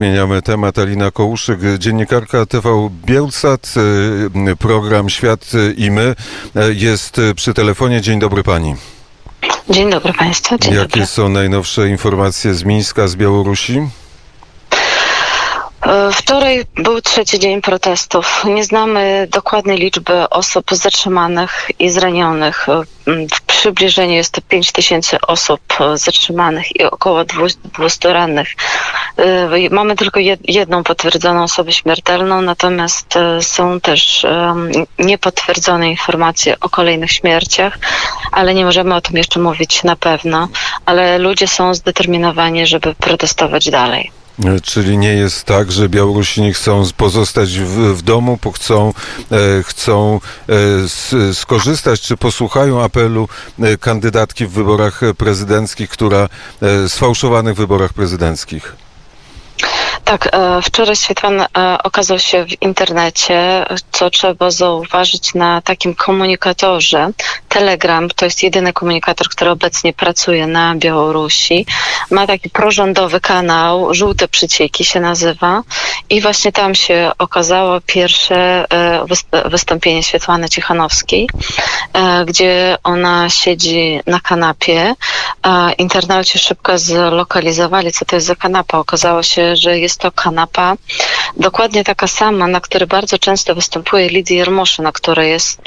Zmieniamy temat. Alina Kołuszyk, dziennikarka TV Biełsat, program Świat i my jest przy telefonie. Dzień dobry pani. Dzień dobry państwu. Jakie są najnowsze informacje z Mińska, z Białorusi? Wczoraj był trzeci dzień protestów. Nie znamy dokładnej liczby osób zatrzymanych i zranionych. W przybliżeniu jest to 5000 osób zatrzymanych i około 200 rannych. Mamy tylko jedną potwierdzoną osobę śmiertelną, natomiast są też niepotwierdzone informacje o kolejnych śmierciach, ale nie możemy o tym jeszcze mówić na pewno. Ale ludzie są zdeterminowani, żeby protestować dalej. Czyli nie jest tak, że Białorusini chcą pozostać w domu, bo chcą skorzystać, czy posłuchają apelu kandydatki w wyborach prezydenckich, sfałszowanych wyborach prezydenckich? Tak, wczoraj Swiatłana okazał się w internecie, co trzeba zauważyć na takim komunikatorze. Telegram to jest jedyny komunikator, który obecnie pracuje na Białorusi. Ma taki prorządowy kanał, Żółte Przycieki się nazywa i właśnie tam się okazało pierwsze wystąpienie Swiatłany Cichanowskiej, gdzie ona siedzi na kanapie. Internauci szybko zlokalizowali, co to jest za kanapa. Okazało się, że jest to kanapa dokładnie taka sama, na której bardzo często występuje Lidia Jarmoszyna, która jest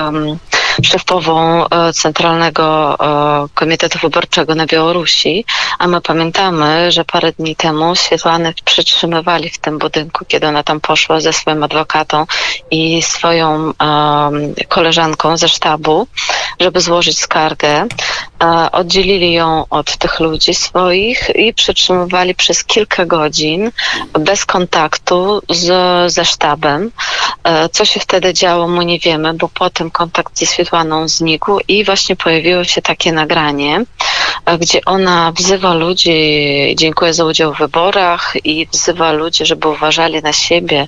szefową Centralnego Komitetu Wyborczego na Białorusi, a my pamiętamy, że parę dni temu Swiatłanę przytrzymywali w tym budynku, kiedy ona tam poszła ze swoim adwokatą i swoją koleżanką ze sztabu, żeby złożyć skargę. Oddzielili ją od tych ludzi swoich i przytrzymywali przez kilka godzin bez kontaktu ze sztabem. Co się wtedy działo, my nie wiemy, bo potem kontakt ze Swiatłaną znikł i właśnie pojawiło się takie nagranie, gdzie ona wzywa ludzi, dziękuję za udział w wyborach i wzywa ludzi, żeby uważali na siebie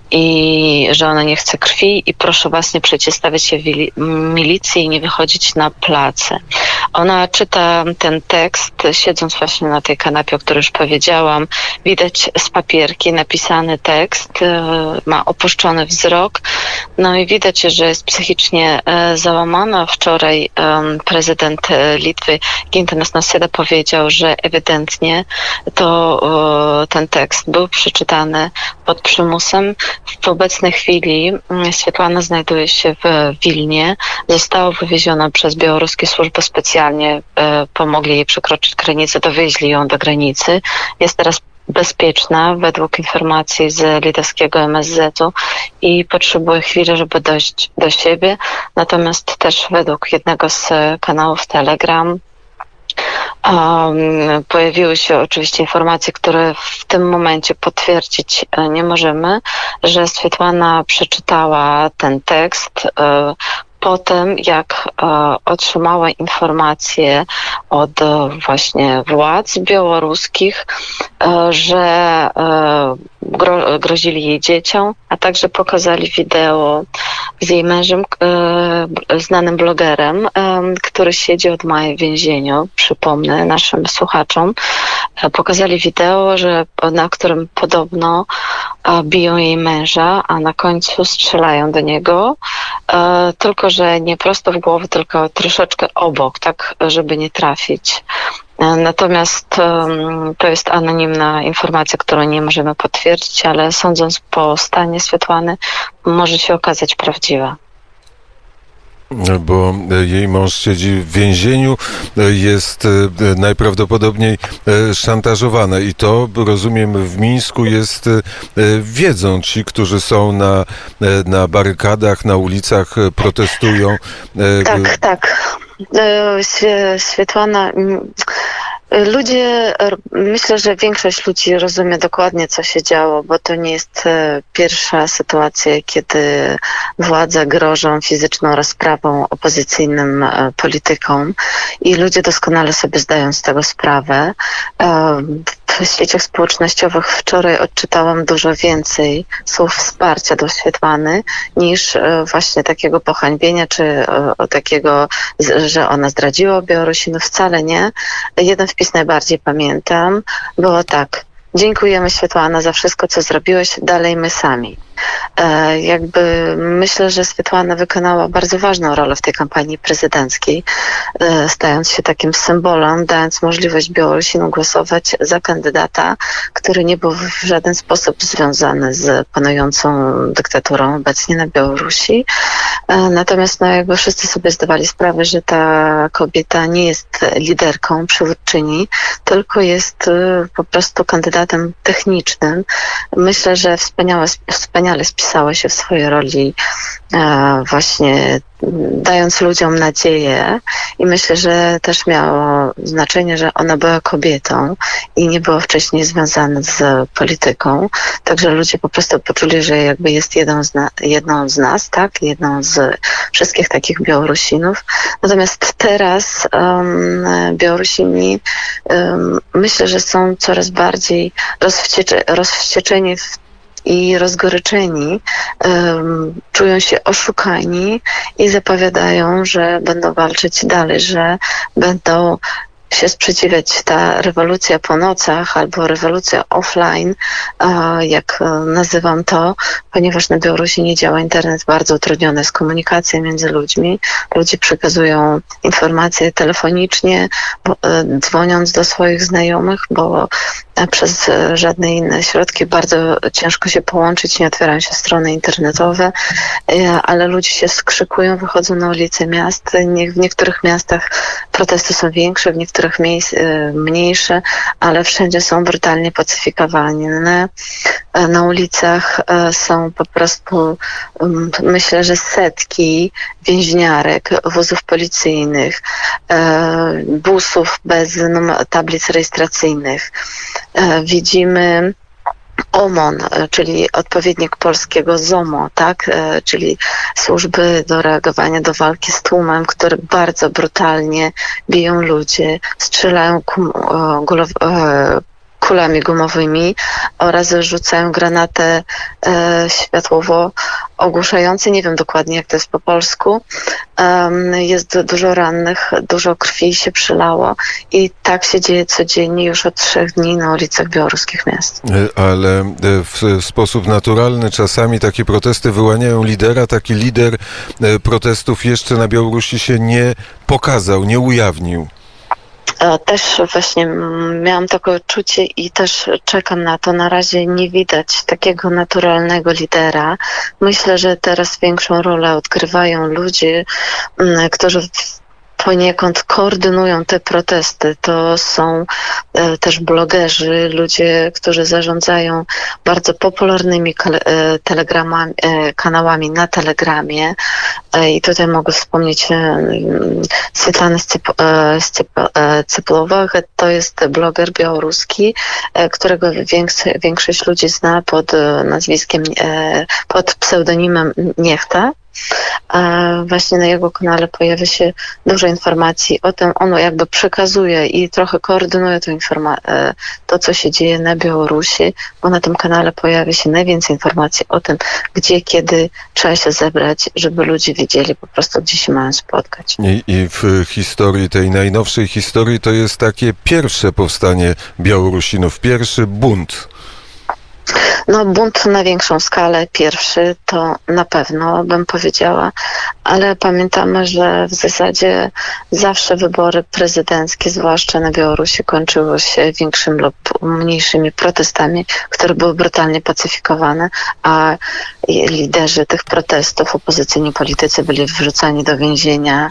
i że ona nie chce krwi i proszę was nie przeciwstawiać się milicji i nie wychodzić na place. Ona czyta ten tekst, siedząc właśnie na tej kanapie, o której już powiedziałam. Widać z papierki napisany tekst, ma opuszczony wzrok. No i widać, że jest psychicznie załamana. Wczoraj prezydent Litwy Gintanas Nausėda powiedział, że ewidentnie ten tekst był przeczytany pod przymusem. W obecnej chwili Swiatłana znajduje się w Wilnie. Została wywieziona przez białoruskie służby specjalnie. Pomogli jej przekroczyć granicę, dowieźli ją do granicy. Jest teraz bezpieczna według informacji z litewskiego MSZ-u i potrzebuje chwili, żeby dojść do siebie. Natomiast też według jednego z kanałów Telegram pojawiły się oczywiście informacje, które w tym momencie potwierdzić nie możemy, że Swiatłana przeczytała ten tekst po tym, jak otrzymała informacje od właśnie władz białoruskich, że grozili jej dzieciom, a także pokazali wideo z jej mężem, znanym blogerem, który siedzi od maja w więzieniu. Przypomnę naszym słuchaczom. Pokazali wideo, na którym podobno biją jej męża, a na końcu strzelają do niego, tylko że nie prosto w głowę, tylko troszeczkę obok, tak żeby nie trafić. Natomiast to jest anonimna informacja, którą nie możemy potwierdzić, ale sądząc po stanie Swiatłany, może się okazać prawdziwa. Bo jej mąż siedzi w więzieniu, jest najprawdopodobniej szantażowana i to, rozumiem, w Mińsku wiedzą ci, którzy są na barykadach, na ulicach, protestują. Tak. Swiatłana... Myślę, że większość ludzi rozumie dokładnie, co się działo, bo to nie jest pierwsza sytuacja, kiedy władze grożą fizyczną rozprawą opozycyjnym politykom i ludzie doskonale sobie zdają z tego sprawę. W sieciach społecznościowych wczoraj odczytałam dużo więcej słów wsparcia do Swiatłany niż właśnie takiego pohańbienia, czy takiego, że ona zdradziła Białorusinów. Wcale nie. Jeden wpis najbardziej pamiętam. Było tak. Dziękujemy, Swiatłana, za wszystko, co zrobiłeś. Dalej my sami. Jakby myślę, że Swiatłana wykonała bardzo ważną rolę w tej kampanii prezydenckiej, stając się takim symbolem, dając możliwość Białorusinom głosować za kandydata, który nie był w żaden sposób związany z panującą dyktaturą obecnie na Białorusi. Natomiast jakby wszyscy sobie zdawali sprawę, że ta kobieta nie jest liderką, przywódczyni, tylko jest po prostu kandydatem technicznym. Myślę, że wspaniale spisała się w swojej roli, właśnie dając ludziom nadzieję, i myślę, że też miało znaczenie, że ona była kobietą i nie była wcześniej związana z polityką, także ludzie po prostu poczuli, że jakby jest jedną z nas, tak, jedną z wszystkich takich Białorusinów. Natomiast teraz Białorusini myślę, że są coraz bardziej rozwścieczeni i rozgoryczeni, czują się oszukani i zapowiadają, że będą walczyć dalej, że będą się sprzeciwiać. Ta rewolucja po nocach albo rewolucja offline, jak nazywam to, ponieważ na Białorusi nie działa internet, bardzo utrudniona jest komunikacja między ludźmi. Ludzie przekazują informacje telefonicznie, dzwoniąc do swoich znajomych, bo przez żadne inne środki bardzo ciężko się połączyć, nie otwierają się strony internetowe, ale ludzie się skrzykują, wychodzą na ulice miast. W niektórych miastach protesty są większe, w niektórych mniejsze, ale wszędzie są brutalnie pacyfikowane. Na ulicach są po prostu, myślę, że setki więźniarek, wozów policyjnych, busów bez tablic rejestracyjnych. Widzimy OMON, czyli odpowiednik polskiego ZOMO, tak? Czyli służby do reagowania, do walki z tłumem, które bardzo brutalnie biją ludzi, strzelają kulami gumowymi oraz rzucają granatę światłowo ogłuszające. Nie wiem dokładnie, jak to jest po polsku. Jest dużo rannych, dużo krwi się przylało i tak się dzieje codziennie już od 3 dni na ulicach białoruskich miast. Ale w sposób naturalny czasami takie protesty wyłaniają lidera. Taki lider protestów jeszcze na Białorusi się nie pokazał, nie ujawnił. Też właśnie miałam takie odczucie i też czekam na to. Na razie nie widać takiego naturalnego lidera. Myślę, że teraz większą rolę odgrywają ludzie, którzy poniekąd koordynują te protesty. To są też blogerzy, ludzie, którzy zarządzają bardzo popularnymi kanałami na Telegramie. I tutaj mogę wspomnieć Swiatłanę Cyplowa. To jest bloger białoruski, którego większość ludzi zna pod nazwiskiem, pod pseudonimem Niechta. Właśnie na jego kanale pojawia się dużo informacji o tym. On jakby przekazuje i trochę koordynuje to, co się dzieje na Białorusi, bo na tym kanale pojawia się najwięcej informacji o tym, gdzie, kiedy trzeba się zebrać, żeby ludzie wiedzieli po prostu, gdzie się mają spotkać. I w historii, tej najnowszej historii, to jest takie pierwsze powstanie Białorusinów, pierwszy bunt. No, bunt na większą skalę, pierwszy, to na pewno bym powiedziała, ale pamiętamy, że w zasadzie zawsze wybory prezydenckie, zwłaszcza na Białorusi, kończyły się większymi lub mniejszymi protestami, które były brutalnie pacyfikowane, a liderzy tych protestów, opozycyjni politycy byli wrzucani do więzienia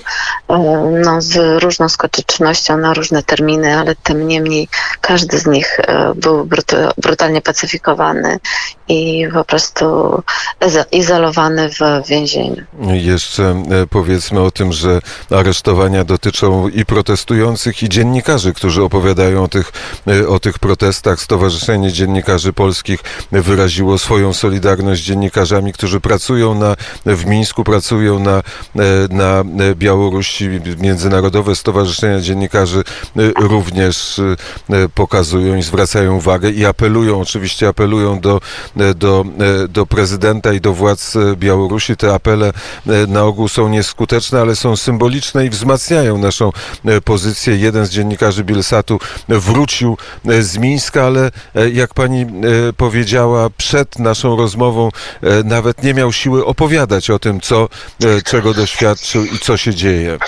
z różną skutecznością na różne terminy, ale tym niemniej każdy z nich był brutalnie pacyfikowany i po prostu izolowany w więzieniu. Jeszcze powiedzmy o tym, że aresztowania dotyczą i protestujących, i dziennikarzy, którzy opowiadają o tych protestach. Stowarzyszenie Dziennikarzy Polskich wyraziło swoją solidarność z dziennikarzami, którzy pracują w Mińsku, pracują na Białorusi. Międzynarodowe stowarzyszenia dziennikarzy również pokazują i zwracają uwagę i apelują do prezydenta i do władz Białorusi. Te apele na ogół są nieskuteczne, ale są symboliczne i wzmacniają naszą pozycję. Jeden z dziennikarzy Belsatu wrócił z Mińska, ale jak pani powiedziała przed naszą rozmową, nawet nie miał siły opowiadać o tym, czego doświadczył i co się dzieje.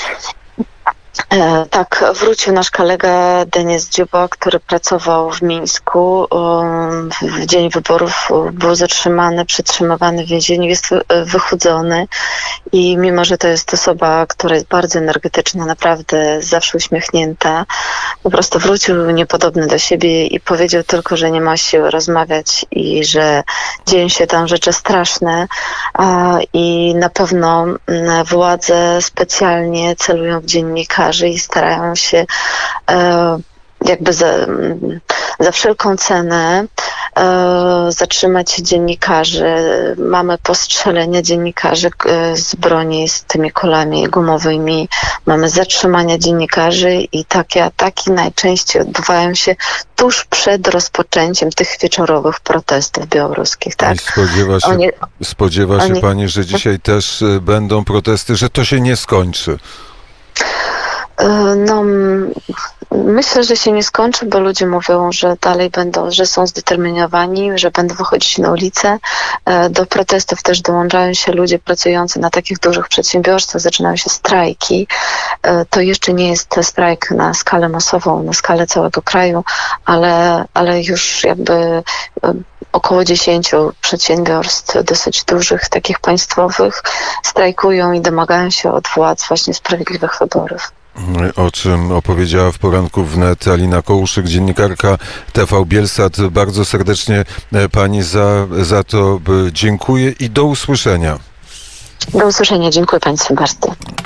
Tak, wrócił nasz kolega Denis Dziuba, który pracował w Mińsku. W dzień wyborów był zatrzymany, przetrzymywany w więzieniu, jest wychudzony i mimo, że to jest osoba, która jest bardzo energetyczna, naprawdę zawsze uśmiechnięta, po prostu wrócił niepodobny do siebie i powiedział tylko, że nie ma siły rozmawiać i że dzieją się tam rzeczy straszne i na pewno władze specjalnie celują w dziennikarzy i starają się jakby za wszelką cenę zatrzymać dziennikarzy. Mamy postrzelenia dziennikarzy z broni, z tymi kulami gumowymi. Mamy zatrzymania dziennikarzy i takie ataki najczęściej odbywają się tuż przed rozpoczęciem tych wieczorowych protestów białoruskich. Tak? I spodziewa się pani, że dzisiaj też będą protesty, że to się nie skończy? No, myślę, że się nie skończy, bo ludzie mówią, że dalej będą, że są zdeterminowani, że będą wychodzić na ulicę. Do protestów też dołączają się ludzie pracujący na takich dużych przedsiębiorstwach, zaczynają się strajki. To jeszcze nie jest strajk na skalę masową, na skalę całego kraju, ale już jakby około 10 przedsiębiorstw dosyć dużych, takich państwowych, strajkują i domagają się od władz właśnie sprawiedliwych wyborów. O czym opowiedziała w poranku wnet Alina Kołuszyk, dziennikarka TV Bielsat. Bardzo serdecznie pani za to dziękuję i do usłyszenia. Do usłyszenia. Dziękuję państwu bardzo.